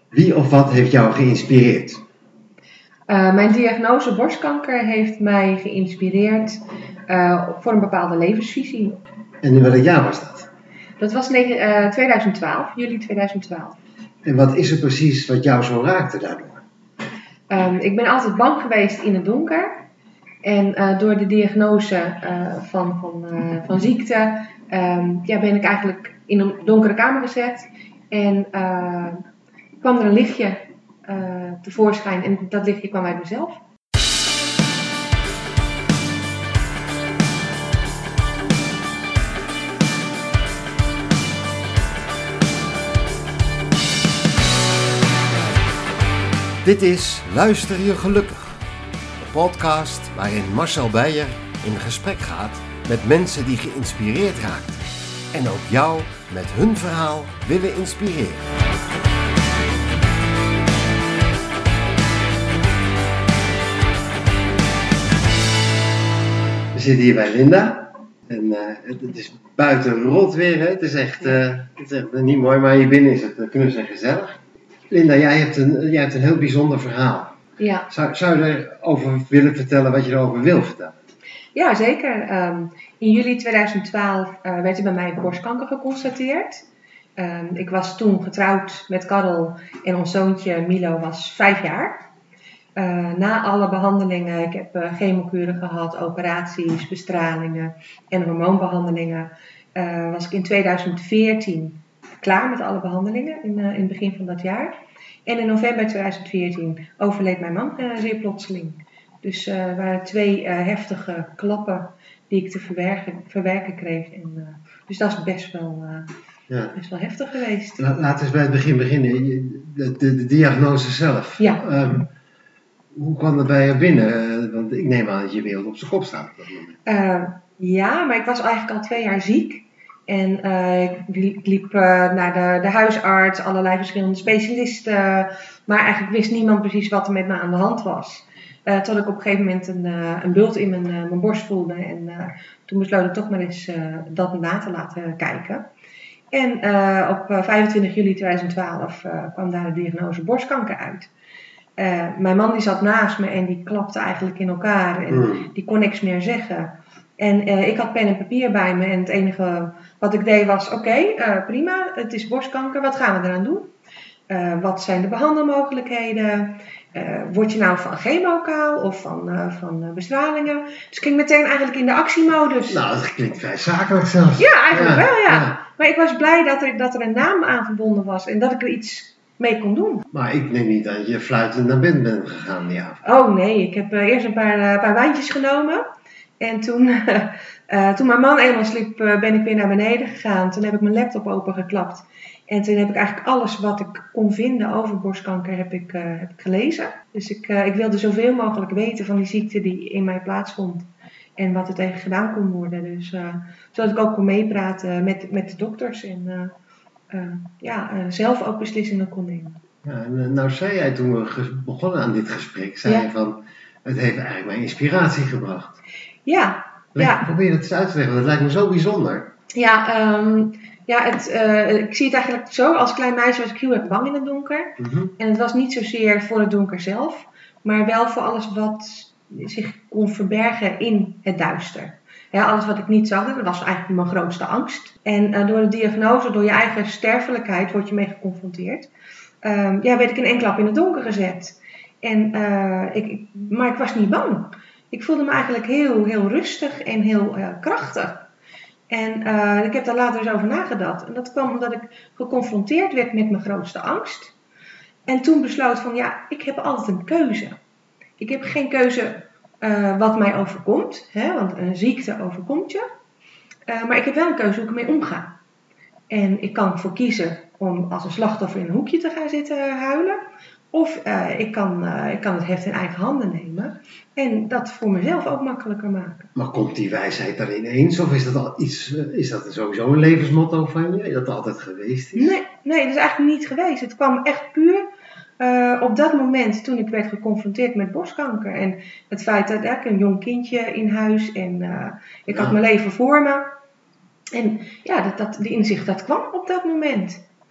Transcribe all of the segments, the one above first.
Wie of wat heeft jou geïnspireerd? Mijn diagnose borstkanker heeft mij geïnspireerd voor een bepaalde levensvisie. En in welk jaar was dat? Dat was 2012, juli 2012. En wat is er precies wat jou zo raakte daardoor? Ik ben altijd bang geweest in het donker. En door de diagnose van ziekte ben ik eigenlijk in een donkere kamer gezet. En kwam er een lichtje tevoorschijn en dat lichtje kwam uit mezelf. Dit is Luister je gelukkig, de podcast waarin Marcel Beijer in gesprek gaat met mensen die geïnspireerd raakt en ook jou met hun verhaal willen inspireren. We zitten hier bij Linda en het is buiten rot weer, hè? Het is echt niet mooi, maar hier binnen is het knus en gezellig. Linda, jij hebt een heel bijzonder verhaal. Ja. Zou je erover willen vertellen wat je erover wil vertellen? Ja, zeker. In juli 2012 werd er bij mij borstkanker geconstateerd. Ik was toen getrouwd met Karel en ons zoontje Milo was 5 jaar. Na alle behandelingen, ik heb chemokuren gehad, operaties, bestralingen en hormoonbehandelingen, was ik in 2014 klaar met alle behandelingen in het begin van dat jaar. En in november 2014 overleed mijn man zeer plotseling. Dus er waren 2 heftige klappen die ik te verwerken kreeg. En, dus dat is best wel heftig geweest. Laten we eens bij het begin beginnen. De diagnose zelf. Ja. Hoe kwam dat bij je binnen? Want ik neem aan dat je wereld op zijn kop staat op dat moment. Ja, maar ik was eigenlijk al 2 jaar ziek. En ik liep naar de huisarts, allerlei verschillende specialisten. Maar eigenlijk wist niemand precies wat er met me aan de hand was. Tot ik op een gegeven moment een bult in mijn borst voelde. En toen besloot ik toch maar eens dat na te laten kijken. En op 25 juli 2012 kwam daar de diagnose borstkanker uit. Mijn man die zat naast me en die klapte eigenlijk in elkaar. En die kon niks meer zeggen. En ik had pen en papier bij me en het enige wat ik deed was, oké, prima, het is borstkanker, wat gaan we eraan doen? Wat zijn de behandelmogelijkheden? Word je nou van chemo kaal of van bestralingen? Dus ik ging meteen eigenlijk in de actiemodus. Nou, dat klinkt vrij zakelijk zelfs. Ja, eigenlijk wel, ja. Maar ik was blij dat er een naam aan verbonden was en dat ik er iets mee kon doen. Maar ik neem niet dat je fluitend naar bed bent gegaan die avond. Oh nee, ik heb eerst een paar wijntjes genomen. En toen mijn man eenmaal sliep, ben ik weer naar beneden gegaan. Toen heb ik mijn laptop opengeklapt. En toen heb ik eigenlijk alles wat ik kon vinden over borstkanker heb ik gelezen. Dus ik wilde zoveel mogelijk weten van die ziekte die in mij plaatsvond. En wat er tegen gedaan kon worden. Dus, zodat ik ook kon meepraten met de dokters. En zelf ook beslissingen kon nemen. Ja, en nou zei jij toen we begonnen aan dit gesprek, zei je van, het heeft eigenlijk mijn inspiratie gebracht. Ja. Probeer het eens uit te leggen, want het lijkt me zo bijzonder. Ik zie het eigenlijk zo. Als klein meisje was ik heel erg bang in het donker. Mm-hmm. En het was niet zozeer voor het donker zelf, maar wel voor alles wat zich kon verbergen in het duister. Ja, alles wat ik niet zag, dat was eigenlijk mijn grootste angst. En door de diagnose, door je eigen sterfelijkheid, word je mee geconfronteerd. Werd ik in één klap in het donker gezet. Maar ik was niet bang. Ik voelde me eigenlijk heel, heel rustig en heel krachtig. En ik heb daar later eens over nagedacht. En dat kwam omdat ik geconfronteerd werd met mijn grootste angst. En toen besloot van, ik heb altijd een keuze. Ik heb geen keuze wat mij overkomt. Hè, want een ziekte overkomt je. Maar ik heb wel een keuze hoe ik ermee omga. En ik kan ervoor kiezen om als een slachtoffer in een hoekje te gaan zitten huilen. Of ik kan het heft in eigen handen nemen. En dat voor mezelf ook makkelijker maken. Maar komt die wijsheid daar ineens? Of is dat is dat sowieso een levensmotto van je? Dat altijd geweest is? Nee, dat is eigenlijk niet geweest. Het kwam echt puur op dat moment toen ik werd geconfronteerd met borstkanker. En het feit dat ik een jong kindje in huis en ik had mijn leven voor me. En die inzicht dat kwam op dat moment.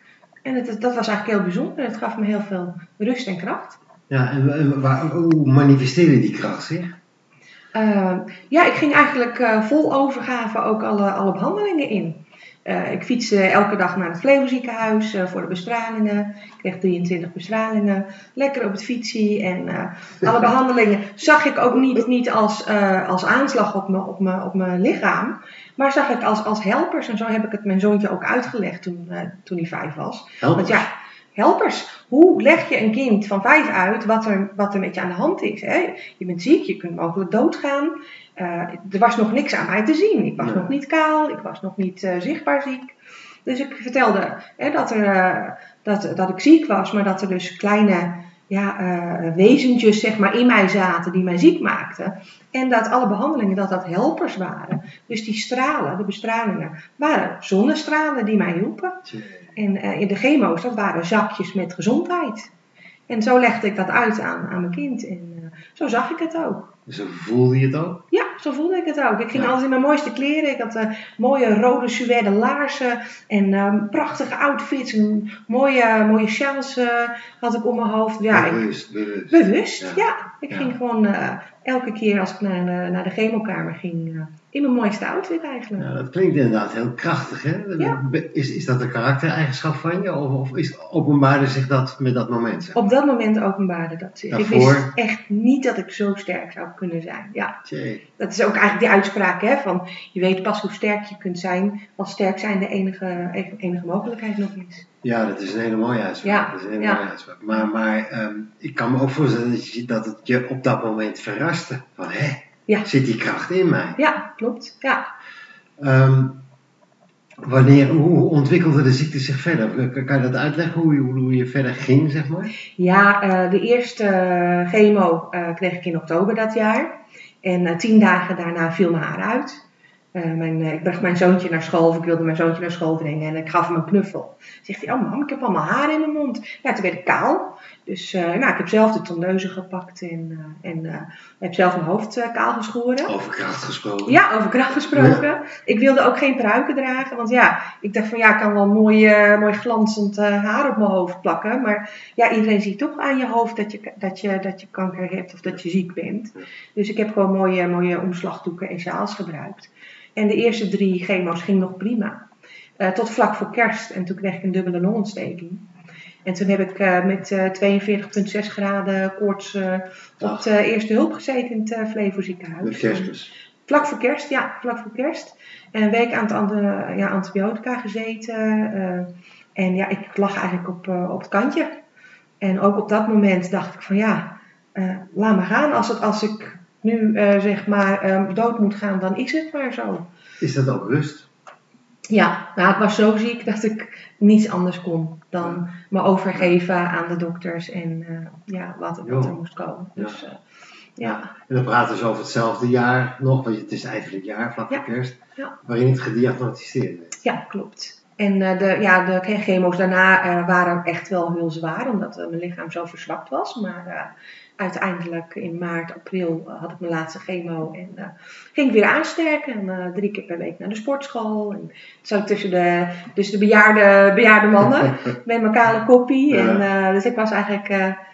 En dat was eigenlijk heel bijzonder. Het gaf me heel veel rust en kracht. Ja, en hoe manifesteerde die kracht zich? Ik ging eigenlijk vol overgave ook alle behandelingen in. Ik fietste elke dag naar het Flevoziekenhuis voor de bestralingen. Ik kreeg 23 bestralingen. Lekker op het fietsie. En alle behandelingen zag ik ook niet als aanslag op mijn lichaam. Maar zag ik als helpers. En zo heb ik het mijn zoontje ook uitgelegd toen hij 5 was. Helpers? Want ja, helpers. Hoe leg je een kind van 5 uit wat er met je aan de hand is? Hè? Je bent ziek, je kunt mogelijk doodgaan. Er was nog niks aan mij te zien. Ik was nog niet kaal, ik was nog niet zichtbaar ziek. Dus ik vertelde dat ik ziek was, maar dat er dus kleine wezentjes zeg maar, in mij zaten die mij ziek maakten. En dat alle behandelingen dat helpers waren. Dus die stralen, de bestralingen, waren zonnestralen die mij hielpen. En in de chemo's, dat waren zakjes met gezondheid. En zo legde ik dat uit aan mijn kind. En zo zag ik het ook. Zo voelde je het ook? Ja, zo voelde ik het ook. Ik ging altijd in mijn mooiste kleren. Ik had mooie rode suède laarzen en prachtige outfits. En mooie sjaals had ik om mijn hoofd. Ja, bewust, ja. Ik ging gewoon elke keer als ik naar de chemokamer ging, in mijn mooiste outfit eigenlijk. Ja, dat klinkt inderdaad heel krachtig, hè? Ja. Is dat een karaktereigenschap van je? Of openbaarde zich dat met dat moment? Zeg? Op dat moment openbaarde dat zich. Daarvoor? Ik wist echt niet dat ik zo sterk zou kunnen zijn. Ja. Dat is ook eigenlijk die uitspraak, hè, van je weet pas hoe sterk je kunt zijn als sterk zijn de enige mogelijkheid nog is. Ja, dat is een hele mooie uitspraak. Ja. Dat is een hele mooie uitspraak. Maar ik kan me ook voorstellen dat het je op dat moment verraste. Van, zit die kracht in mij? Ja, klopt. Ja. Hoe ontwikkelde de ziekte zich verder? Kan je dat uitleggen, hoe je verder ging, zeg maar? Ja, de eerste chemo kreeg ik in oktober dat jaar. En 10 dagen daarna viel mijn haar uit. Ik bracht mijn zoontje naar school, of ik wilde mijn zoontje naar school brengen en ik gaf hem een knuffel. Zegt hij, oh mam, ik heb allemaal haar in mijn mond. Ja, toen werd ik kaal. Dus ik heb zelf de tondeuzen gepakt en heb zelf mijn hoofd kaal geschoren. Over kracht gesproken. Ja, over kracht gesproken. Ja. Ik wilde ook geen pruiken dragen, want ik dacht van ik kan wel mooi glanzend haar op mijn hoofd plakken. Maar ja, iedereen ziet toch aan je hoofd dat je kanker hebt of dat je ziek bent. Dus ik heb gewoon mooie omslagdoeken en sjaals gebruikt. En de eerste 3 chemo's ging nog prima. Tot vlak voor kerst. En toen kreeg ik een dubbele longontsteking. En toen heb ik met 42,6 graden koorts op de eerste hulp gezeten in het Flevoziekenhuis. Met kerst dus? Vlak voor kerst, ja. Vlak voor kerst. En een week aan het antibiotica gezeten. Ik lag eigenlijk op het kantje. En ook op dat moment dacht ik van laat maar gaan. Als ik nu dood moet gaan, dan is het maar zo. Is dat ook rust? Ja, ik was zo ziek dat ik niets anders kon dan me overgeven aan de dokters en wat er moest komen. Dus, En dan praten we over hetzelfde jaar nog, want het is eigenlijk jaar vlak voor kerst, waarin het gediagnosticeerd werd. Ja, klopt. En de chemo's daarna waren echt wel heel zwaar, omdat mijn lichaam zo verzwakt was. Maar uiteindelijk in maart, april had ik mijn laatste chemo en ging ik weer aansterken. En 3 keer per week naar de sportschool. En zat tussen de bejaarde mannen met mijn kale koppie. Ja. Dus ik was eigenlijk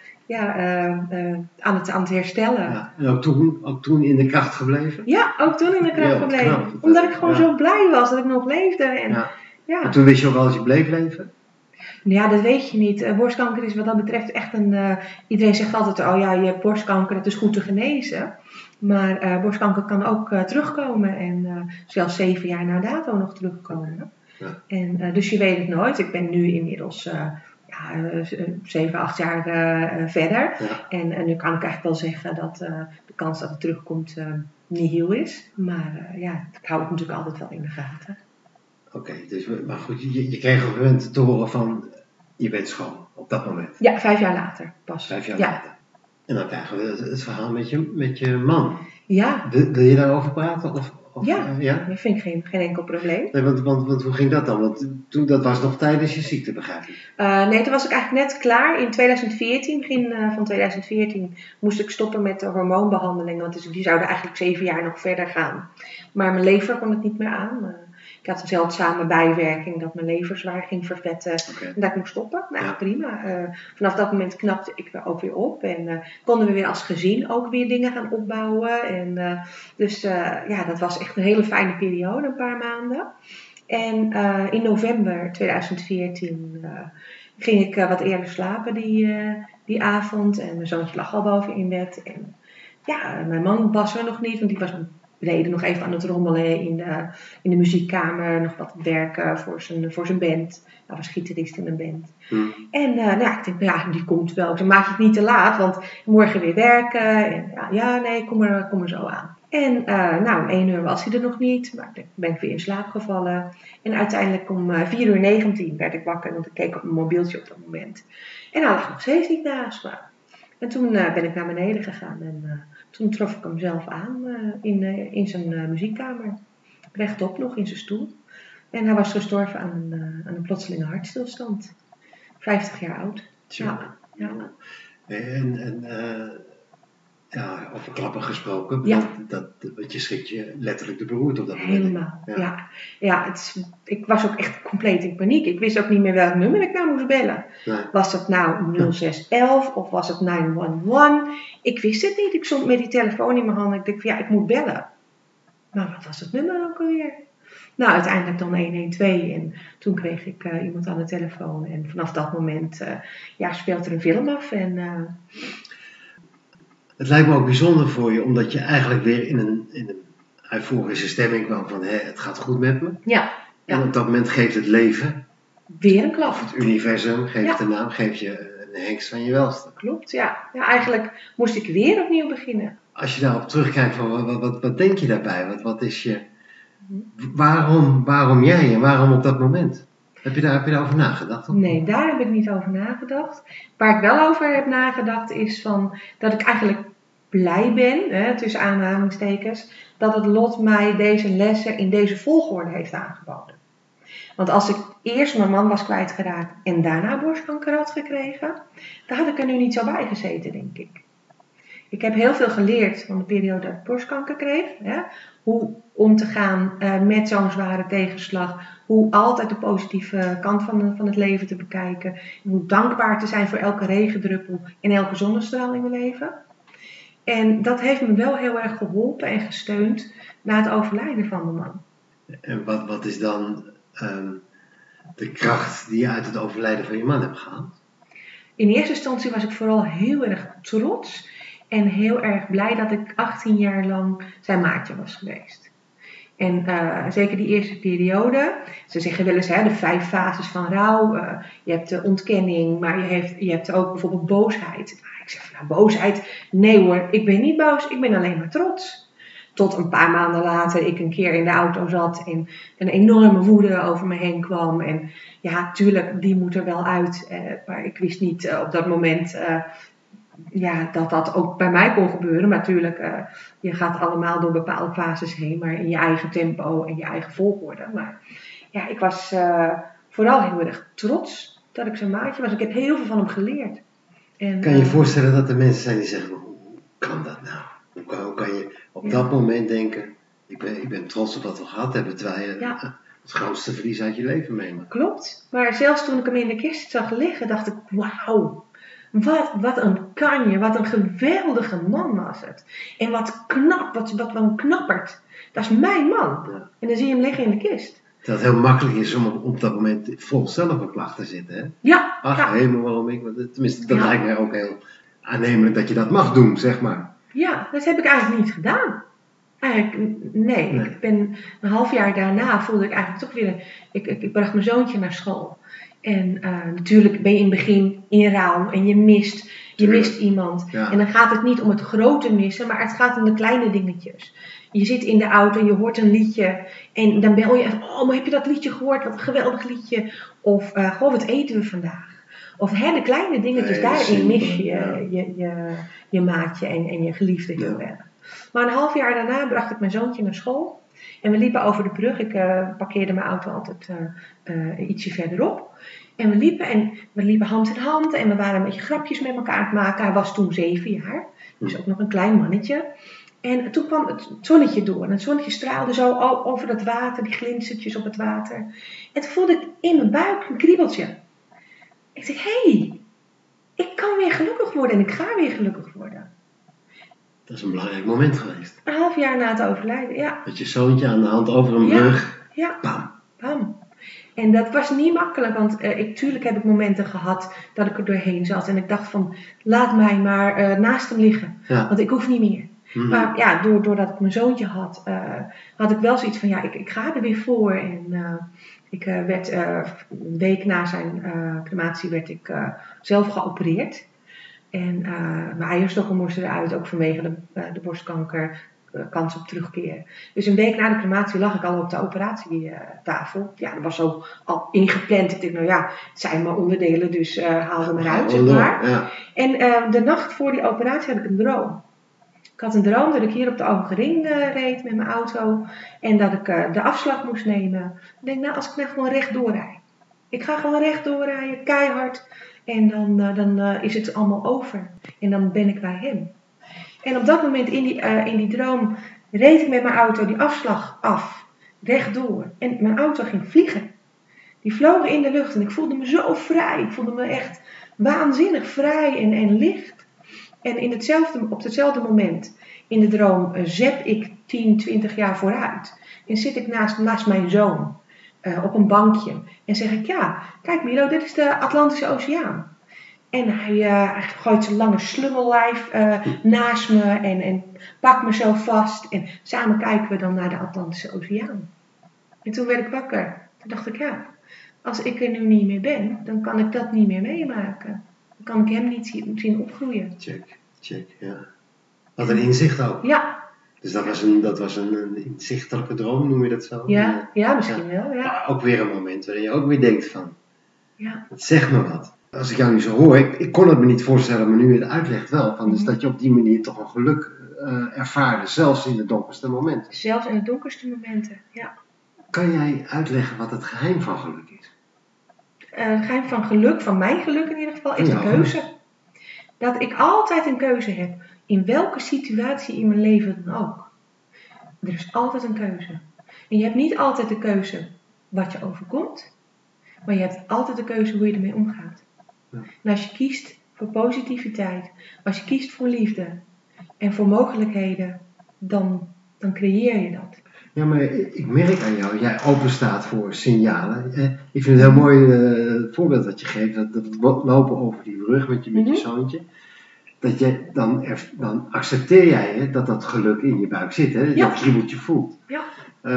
aan het herstellen. Ja. En ook toen in de kracht gebleven? Ja, ook toen in de kracht gebleven. Knap, omdat ik gewoon zo blij was dat ik nog leefde. En toen wist je ook al dat je bleef leven? Ja, dat weet je niet. Borstkanker is wat dat betreft echt iedereen zegt altijd, je hebt borstkanker, het is goed te genezen. Maar borstkanker kan ook terugkomen en zelfs 7 jaar na dato nog terugkomen. Ja. En dus je weet het nooit. Ik ben nu inmiddels 7, 8 jaar verder. Ja. En nu kan ik eigenlijk wel zeggen dat de kans dat het terugkomt nihil is. Maar ik hou het natuurlijk altijd wel in de gaten. Oké, maar goed, je kreeg op een moment te horen van, je bent schoon op dat moment. Ja, 5 jaar later pas. 5 jaar later. En dan krijgen we het verhaal met je man. Ja. Wil je daarover praten? Dat vind ik geen enkel probleem. Nee, want hoe ging dat dan? Want dat was nog tijdens je ziekte, begrijp ik? Nee, toen was ik eigenlijk net klaar. In 2014, begin van 2014, moest ik stoppen met de hormoonbehandelingen. Want die zouden eigenlijk 7 jaar nog verder gaan. Maar mijn lever kon het niet meer aan. Ik had een zeldzame bijwerking dat mijn lever zwaar ging vervetten. Oké. En dat ik moest stoppen. Nou, Ja. prima. Vanaf dat moment knapte ik ook weer op. En konden we weer als gezin ook weer dingen gaan opbouwen. En, dus dat was echt een hele fijne periode, een paar maanden. En in november 2014 ging ik wat eerder slapen die avond. En mijn zoontje lag al boven in bed. En mijn man was er nog niet, want die was beneden nog even aan het rommelen in de muziekkamer. Nog wat werken voor zijn band. Hij was gitarist in een band. En ik denk, die komt wel. Dan maak je het niet te laat, want morgen weer werken. En nee, kom er zo aan. En om 1 uur was hij er nog niet, maar dan ben ik weer in slaap gevallen. En uiteindelijk om 4:19 werd ik wakker, want ik keek op mijn mobieltje op dat moment. En hij lag nog steeds niet naast me. En toen ben ik naar beneden gegaan en toen trof ik hem zelf aan in zijn muziekkamer. Rechtop nog in zijn stoel. En hij was gestorven aan een plotselinge hartstilstand. 50 jaar oud. Ja. Over klappen gesproken. Ja. Want je schrikt je letterlijk de beroerte op dat moment. Helemaal, ja. Ik was ook echt compleet in paniek. Ik wist ook niet meer welk nummer ik nou moest bellen. Nee. Was het nou 0611 of was het 911? Ik wist het niet. Ik stond met die telefoon in mijn hand en ik dacht, ik moet bellen. Maar wat was het nummer ook alweer? Nou, uiteindelijk dan 112 en toen kreeg ik iemand aan de telefoon. En vanaf dat moment speelt er een film af. En, Het lijkt me ook bijzonder voor je, omdat je eigenlijk weer in een euforische stemming kwam van het gaat goed met me. Ja. En op dat moment geeft het leven, weer een klap. of het universum, geeft de naam, geeft je een hengst van je welste. Klopt, ja. Eigenlijk moest ik weer opnieuw beginnen. Als je daarop terugkijkt, van wat denk je daarbij? Wat is je... Waarom jij en waarom op dat moment? Heb je daarover nagedacht? Of? Nee, daar heb ik niet over nagedacht. Waar ik wel over heb nagedacht is dat ik eigenlijk blij ben, tussen aanhalingstekens, dat het lot mij deze lessen in deze volgorde heeft aangeboden. Want als ik eerst mijn man was kwijtgeraakt en daarna borstkanker had gekregen, dan had ik er nu niet zo bij gezeten, denk ik. Ik heb heel veel geleerd van de periode dat ik borstkanker kreeg. Hoe om te gaan met zo'n zware tegenslag. Hoe altijd de positieve kant van het leven te bekijken. En hoe dankbaar te zijn voor elke regendruppel en elke zonnestraal in mijn leven. En dat heeft me wel heel erg geholpen en gesteund na het overlijden van mijn man. En wat is dan de kracht die je uit het overlijden van je man hebt gehaald? In eerste instantie was ik vooral heel erg trots. En heel erg blij dat ik 18 jaar lang zijn maatje was geweest. En zeker die eerste periode. Ze zeggen wel eens de 5 fases van rouw. Je hebt de ontkenning, maar je hebt ook bijvoorbeeld boosheid. Ik zeg van boosheid. Nee hoor, ik ben niet boos. Ik ben alleen maar trots. Tot een paar maanden later ik een keer in de auto zat en een enorme woede over me heen kwam. En ja, tuurlijk, die moet er wel uit. Maar ik wist niet op dat moment... dat ook bij mij kon gebeuren. Maar natuurlijk, je gaat allemaal door bepaalde fases heen. Maar in je eigen tempo en je eigen volgorde. Maar ja, ik was vooral heel erg trots dat ik zijn maatje was. Ik heb heel veel van hem geleerd. En, kan je je voorstellen dat er mensen zijn die zeggen, hoe kan dat nou? Hoe kan je op dat moment denken, ik ben trots op wat we gehad hebben. Terwijl je het grootste verlies uit je leven meemaakt. Klopt. Maar zelfs toen ik hem in de kist zag liggen, dacht ik, wauw. Wat een kanje, wat een geweldige man was het. En wat knap, wat een knapperd. Dat is mijn man. Ja. En dan zie je hem liggen in de kist. Dat het heel makkelijk is om op dat moment vol zelfbeklag te zitten. Hè? Ja. Ach, hemel, waarom ik? Tenminste, dat lijkt mij ook heel aannemelijk dat je dat mag doen, zeg maar. Ja, dat heb ik eigenlijk niet gedaan. Eigenlijk, nee. Ik ben een half jaar daarna voelde ik eigenlijk toch weer... Ik bracht mijn zoontje naar school. En natuurlijk ben je in het begin in rouw en je mist iemand. Ja. En dan gaat het niet om het grote missen, maar het gaat om de kleine dingetjes. Je zit in de auto en je hoort een liedje en dan bel je even, oh, maar heb je dat liedje gehoord? Wat een geweldig liedje. Of, goh, wat eten we vandaag? Of de kleine dingetjes, daarin mis je maatje en je geliefde heel erg. Maar een half jaar daarna bracht ik mijn zoontje naar school. En we liepen over de brug. Ik parkeerde mijn auto altijd ietsje verderop. En we liepen hand in hand. En we waren een beetje grapjes met elkaar aan het maken. Hij was toen 7 jaar. Dus ook nog een klein mannetje. En toen kwam het zonnetje door. En het zonnetje straalde zo over het water, die glinstertjes op het water. En toen voelde ik in mijn buik een kriebeltje. Ik dacht, hé, ik kan weer gelukkig worden en ik ga weer gelukkig worden. Dat is een belangrijk moment geweest. Een half jaar na het overlijden, ja. Dat je zoontje aan de hand over een brug. Ja, Bam. bam. En dat was niet makkelijk, want tuurlijk heb ik momenten gehad dat ik er doorheen zat. En ik dacht van, laat mij maar naast hem liggen, want ik hoef niet meer. Mm-hmm. Maar ja, doordat ik mijn zoontje had, had ik wel zoiets van, ja, ik ga er weer voor. En ik werd een week na zijn crematie werd ik zelf geopereerd. En mijn eierstokken moesten eruit, ook vanwege de borstkanker, kans op terugkeer. Dus een week na de crematie lag ik al op de operatietafel. Ja, dat was zo al ingepland. Ik dacht, nou ja, het zijn maar onderdelen, dus haal er maar uit, zeg maar. Ja. En de nacht voor die operatie had ik een droom. Ik had een droom dat ik hier op de Ogenring reed met mijn auto. En dat ik de afslag moest nemen. Ik denk, nou, als ik nou gewoon rechtdoor rijd. Ik ga gewoon rechtdoor rijden, keihard. En dan is het allemaal over. En dan ben ik bij hem. En op dat moment in die droom reed ik met mijn auto die afslag af. Rechtdoor. En mijn auto ging vliegen. Die vlogen in de lucht. En ik voelde me zo vrij. Ik voelde me echt waanzinnig vrij en licht. En op hetzelfde moment in de droom zep ik 10, 20 jaar vooruit. En zit ik naast mijn zoon op een bankje. En zeg ik, ja, kijk Milo, dit is de Atlantische Oceaan. En hij gooit zijn lange slungellijf naast me en pakt me zo vast. En samen kijken we dan naar de Atlantische Oceaan. En toen werd ik wakker. Toen dacht ik, ja, als ik er nu niet meer ben, dan kan ik dat niet meer meemaken. Dan kan ik hem niet zien opgroeien. Check, ja. Wat een inzicht ook. Ja. Dus dat was een inzichtelijke droom, noem je dat zo? Ja, misschien wel, ja. Maar ook weer een moment waarin je ook weer denkt van, ja. Het zegt me wat. Als ik jou nu zo hoor, ik kon het me niet voorstellen, maar nu je het uitlegt wel. Van, dus dat je op die manier toch een geluk ervaarde, zelfs in de donkerste momenten. Zelfs in de donkerste momenten, ja. Kan jij uitleggen wat het geheim van geluk is? Het geheim van geluk, van mijn geluk in ieder geval, is een keuze. Dat ik altijd een keuze heb. In welke situatie in mijn leven dan ook. Er is altijd een keuze. En je hebt niet altijd de keuze wat je overkomt. Maar je hebt altijd de keuze hoe je ermee omgaat. Ja. En als je kiest voor positiviteit. Als je kiest voor liefde. En voor mogelijkheden. Dan creëer je dat. Ja, maar ik merk aan jou, jij openstaat voor signalen. Ik vind het heel mooi het voorbeeld dat je geeft, dat lopen over die brug met je zoontje. Dat je dan accepteer jij dat geluk in je buik zit, hè? Dat je kriebeltje voelt. Ja.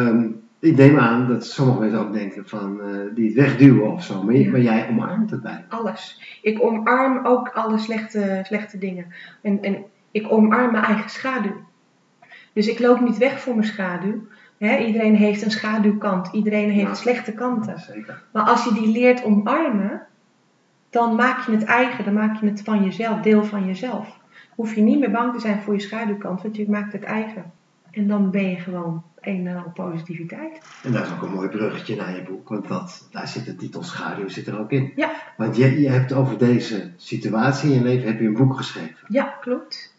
Ik neem aan dat sommige mensen ook denken van die het wegduwen of zo, maar jij omarmt het bij. Alles. Ik omarm ook alle slechte dingen. En ik omarm mijn eigen schaduw. Dus ik loop niet weg voor mijn schaduw. Iedereen heeft een schaduwkant. Iedereen heeft slechte kanten. Zeker. Maar als je die leert omarmen, dan maak je het eigen. Dan maak je het van jezelf, deel van jezelf. Hoef je niet meer bang te zijn voor je schaduwkant, want je maakt het eigen. En dan ben je gewoon een en al positiviteit. En dat is ook een mooi bruggetje naar je boek, want daar zit de titel schaduw zit er ook in. Ja. Want je hebt over deze situatie in je leven heb je een boek geschreven. Ja, klopt.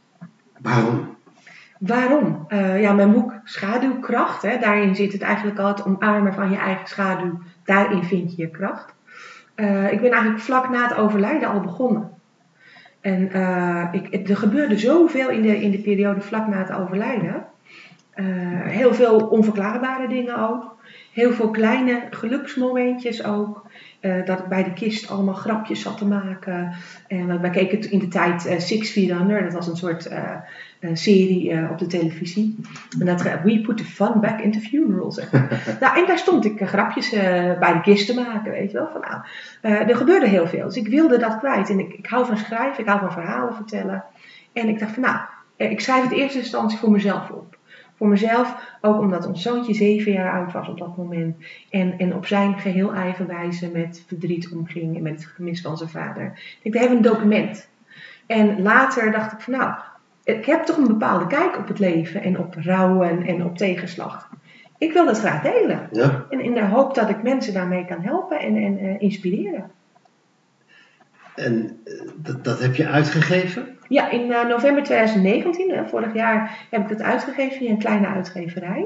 Waarom? Mijn boek Schaduwkracht, daarin zit het eigenlijk al het omarmen van je eigen schaduw. Daarin vind je je kracht. Ik ben eigenlijk vlak na het overlijden al begonnen. En er gebeurde zoveel in de periode vlak na het overlijden. Heel veel onverklaarbare dingen ook. Heel veel kleine geluksmomentjes ook. Dat ik bij de kist allemaal grapjes zat te maken. En wij keken in de tijd Six Feet Under. Dat was een soort serie op de televisie. En dat we put the fun back into funerals. En daar stond ik grapjes bij de kist te maken. Weet je wel. Van, er gebeurde heel veel. Dus ik wilde dat kwijt. En ik hou van schrijven. Ik hou van verhalen vertellen. En ik dacht van ik schrijf het in eerste instantie voor mezelf op. Voor mezelf, ook omdat ons zoontje 7 jaar oud was op dat moment. En op zijn geheel eigen wijze met verdriet omging en met het gemis van zijn vader. Ik dacht, we hebben een document. En later dacht ik van ik heb toch een bepaalde kijk op het leven en op rouwen en op tegenslag. Ik wil dat graag delen. Ja. En in de hoop dat ik mensen daarmee kan helpen en inspireren. En dat heb je uitgegeven? Ja, in november 2019, vorig jaar, heb ik het uitgegeven via een kleine uitgeverij.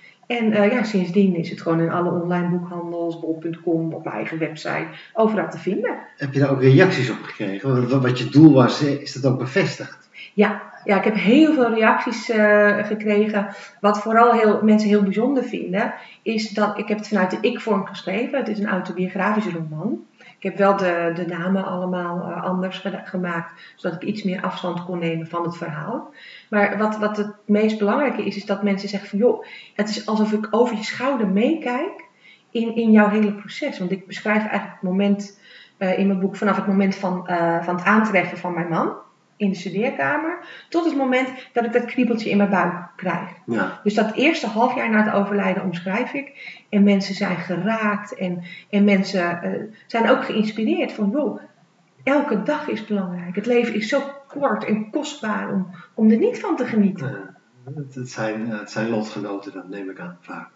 En sindsdien is het gewoon in alle online boekhandels, bol.com, op mijn eigen website, overal te vinden. Heb je daar ook reacties op gekregen? Wat je doel was, is dat ook bevestigd? Ja, ik heb heel veel reacties gekregen. Wat vooral mensen heel bijzonder vinden, is dat ik heb het vanuit de ik-vorm geschreven. Het is een autobiografische roman. Ik heb wel de namen allemaal anders gemaakt, zodat ik iets meer afstand kon nemen van het verhaal. Maar wat het meest belangrijke is dat mensen zeggen van joh, het is alsof ik over je schouder meekijk in jouw hele proces. Want ik beschrijf eigenlijk het moment in mijn boek vanaf het moment van het aantreffen van mijn man in de studeerkamer, tot het moment dat ik dat kriebeltje in mijn buik krijg. Ja. Dus dat eerste halfjaar na het overlijden omschrijf ik. En mensen zijn geraakt en mensen zijn ook geïnspireerd van wow, elke dag is belangrijk. Het leven is zo kort en kostbaar om er niet van te genieten. Het zijn lotgenoten, dat neem ik aan vaak.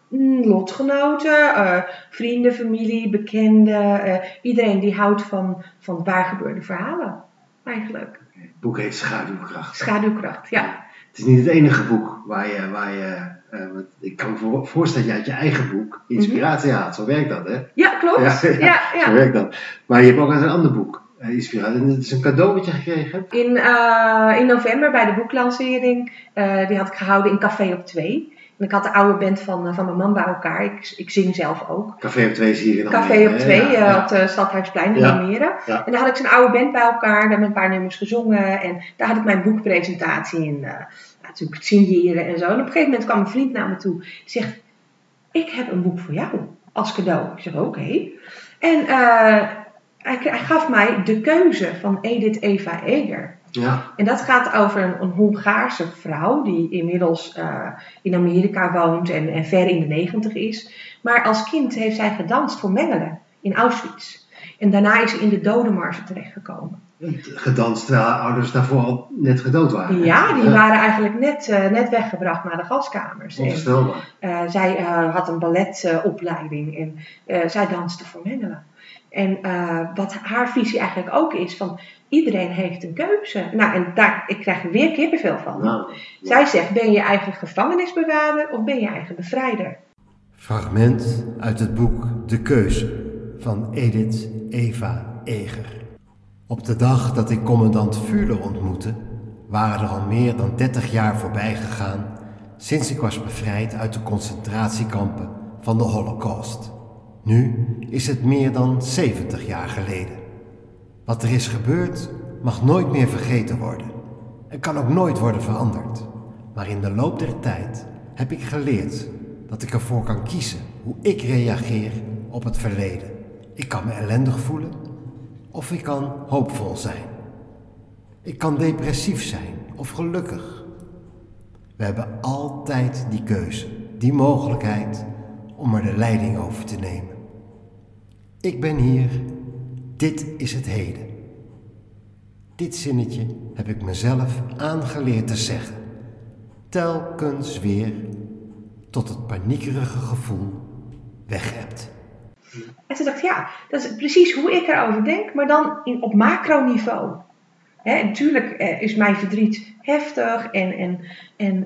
Lotgenoten, vrienden, familie, bekenden. Iedereen die houdt van waar gebeurde verhalen eigenlijk. Het boek heet Schaduwkracht. Schaduwkracht, ja. Het is niet het enige boek waar je ik kan me voorstellen dat je uit je eigen boek inspiratie haalt. Zo werkt dat, hè? Ja, klopt. Ja. Zo werkt dat. Maar je hebt ook uit een ander boek inspiratie. Het is een cadeau wat je gekregen hebt? In november bij de boeklancering, die had ik gehouden in Café op 2. En ik had de oude band van mijn man bij elkaar. Ik zing zelf ook. Café op 2 zie je in Almere. Café op 2 op de Stadhuisplein in Almere. Ja. En daar had ik zijn oude band bij elkaar. Daar heb ik een paar nummers gezongen. En daar had ik mijn boekpresentatie in. Natuurlijk het signeren en zo. En op een gegeven moment kwam een vriend naar me toe. Die zegt, ik heb een boek voor jou als cadeau. Ik zeg, oké. En hij gaf mij De Keuze van Edith Eva Eger. Ja. En dat gaat over een Hongaarse vrouw die inmiddels in Amerika woont en ver in de 90 is. Maar als kind heeft zij gedanst voor Mengele in Auschwitz. En daarna is ze in de dodenmarge terechtgekomen. Gedanst terwijl haar ouders daarvoor al net gedood waren. Ja, die waren eigenlijk net weggebracht naar de gaskamers. Onvoorstelbaar. Zij had een balletopleiding en zij danste voor Mengele. En wat haar visie eigenlijk ook is van iedereen heeft een keuze. Nou, en ik krijg er weer kippenvel van. Nou. Zij zegt, ben je je eigen gevangenisbewaarder of ben je je eigen bevrijder? Fragment uit het boek De Keuze van Edith Eva Eger. Op de dag dat ik commandant Fühler ontmoette, waren er al meer dan 30 jaar voorbij gegaan sinds ik was bevrijd uit de concentratiekampen van de Holocaust. Nu is het meer dan 70 jaar geleden. Wat er is gebeurd mag nooit meer vergeten worden en kan ook nooit worden veranderd. Maar in de loop der tijd heb ik geleerd dat ik ervoor kan kiezen hoe ik reageer op het verleden. Ik kan me ellendig voelen of ik kan hoopvol zijn. Ik kan depressief zijn of gelukkig. We hebben altijd die keuze, die mogelijkheid om er de leiding over te nemen. Ik ben hier, dit is het heden. Dit zinnetje heb ik mezelf aangeleerd te zeggen. Telkens weer tot het paniekerige gevoel weg-ebt. En toen dacht ik, ja, dat is precies hoe ik erover denk, maar dan op macroniveau. Natuurlijk is mijn verdriet heftig en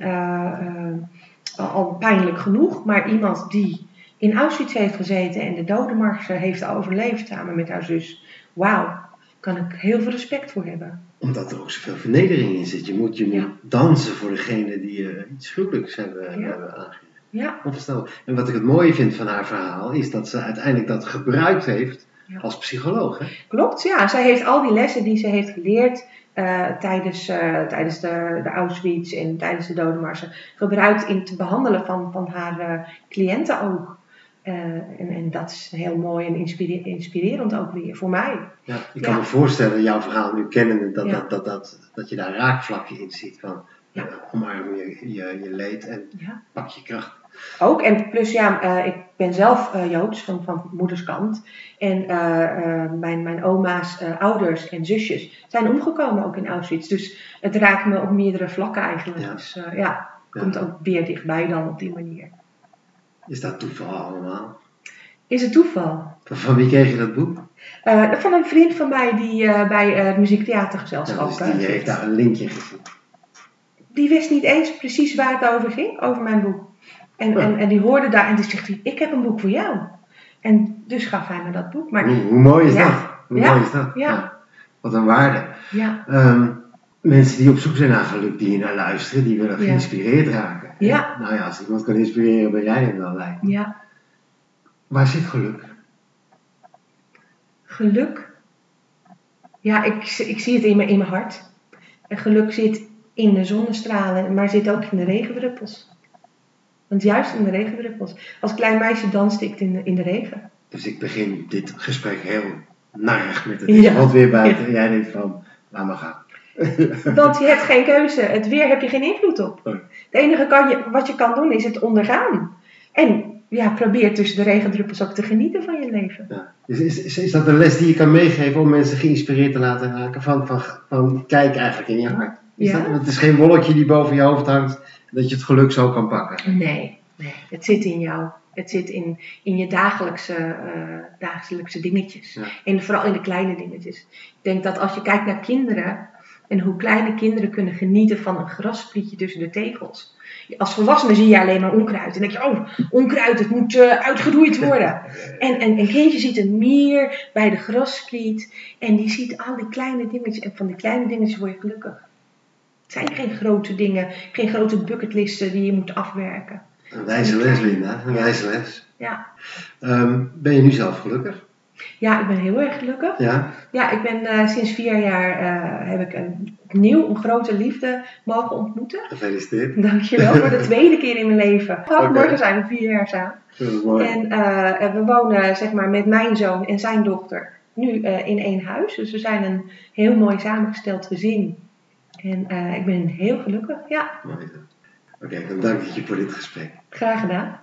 al pijnlijk genoeg, maar iemand die in Auschwitz heeft gezeten en de dodenmarge heeft overleefd samen met haar zus, wauw, kan ik heel veel respect voor hebben. Omdat er ook zoveel vernedering in zit. Je moet dansen voor degene die iets gruwelijks hebben aangericht. Ja. En wat ik het mooie vind van haar verhaal is dat ze uiteindelijk dat gebruikt heeft als psycholoog. Hè? Klopt, ja. Zij heeft al die lessen die ze heeft geleerd tijdens de Auschwitz en tijdens de dodenmarge gebruikt in te behandelen van haar cliënten ook. En dat is heel mooi en inspirerend ook weer voor mij. Ja, ik kan me voorstellen, jouw verhaal nu kennende, dat je daar raakvlakken in ziet van omarm je leed en pak je kracht. Ook, en plus ik ben zelf Joods van moeders kant. En mijn oma's ouders en zusjes zijn omgekomen ook in Auschwitz. Dus het raakt me op meerdere vlakken eigenlijk. Ja. Dus komt ook weer dichtbij dan op die manier. Is dat toeval allemaal? is het toeval. Van wie kreeg je dat boek? Van een vriend van mij die bij het muziektheatergezelschap Dus die heeft daar een linkje gezien. Die wist niet eens precies waar het over ging, over mijn boek. En die hoorde daar en die zegt hij, ik heb een boek voor jou. En dus gaf hij me dat boek. Maar, hoe mooi is dat? Mooi is dat? Ja. Wat een waarde. Ja. Mensen die op zoek zijn naar geluk, die hier naar luisteren, die willen geïnspireerd raken. Ja. Nou ja, als iemand kan inspireren, ben jij hem wel, lijkt me. Ja. Waar zit geluk? Geluk? Ja, ik zie het in mijn hart. En geluk zit in de zonnestralen, maar zit ook in de regendruppels. Want juist in de regendruppels. Als klein meisje danste ik in de regen. Dus ik begin dit gesprek heel narrig met het is wat weer buiten. En jij denkt van, laat maar gaan. Want je hebt geen keuze. Het weer heb je geen invloed op. Het enige wat je kan doen is het ondergaan. En probeer tussen de regendruppels ook te genieten van je leven. Ja. Is dat een les die je kan meegeven om mensen geïnspireerd te laten raken? Van kijk eigenlijk in je hart. Het is geen wolkje die boven je hoofd hangt, dat je het geluk zo kan pakken. Nee. Het zit in jou. Het zit in je dagelijkse dingetjes. Ja. En vooral in de kleine dingetjes. Ik denk dat als je kijkt naar kinderen en hoe kleine kinderen kunnen genieten van een grassprietje tussen de tegels. Als volwassene zie je alleen maar onkruid. En denk je, onkruid, het moet uitgeroeid worden. En een kindje ziet een mier bij de grasspriet. En die ziet al die kleine dingetjes. En van die kleine dingetjes word je gelukkig. Het zijn geen grote dingen, geen grote bucketlisten die je moet afwerken. Een wijze les, Linda. Een wijze les. Ja. Ben je nu zelf gelukkig? Ja, ik ben heel erg gelukkig. Ja? Ja, ik ben sinds 4 jaar heb ik opnieuw een grote liefde mogen ontmoeten. Gefeliciteerd. Dankjewel, voor de tweede keer in mijn leven. Morgen zijn we 4 jaar samen. Dat is mooi. En we wonen zeg maar met mijn zoon en zijn dochter nu in 1 huis. Dus we zijn een heel mooi samengesteld gezin. En ik ben heel gelukkig, ja. Mooi. Oké, dan dank ik je voor dit gesprek. Graag gedaan.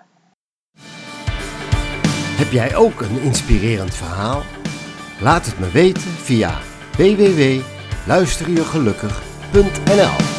Heb jij ook een inspirerend verhaal? Laat het me weten via www.luisterjegelukkig.nl